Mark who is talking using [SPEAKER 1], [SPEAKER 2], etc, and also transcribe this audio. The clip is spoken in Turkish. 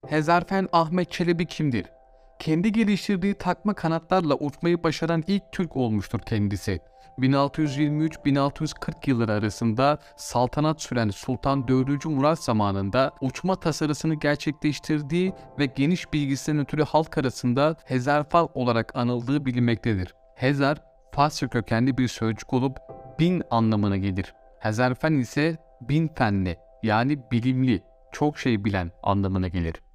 [SPEAKER 1] Hezarfen Ahmet Çelebi kimdir? Kendi geliştirdiği takma kanatlarla uçmayı başaran ilk Türk olmuştur kendisi. 1623-1640 yılları arasında saltanat süren Sultan 4. Murat zamanında uçma tasarısını gerçekleştirdiği ve geniş bilgisinden ötürü halk arasında Hezarfen olarak anıldığı bilinmektedir. Hezar, Farsça kökenli bir sözcük olup bin anlamına gelir. Hezarfen ise bin fenli, yani bilimli, çok şey bilen anlamına gelir.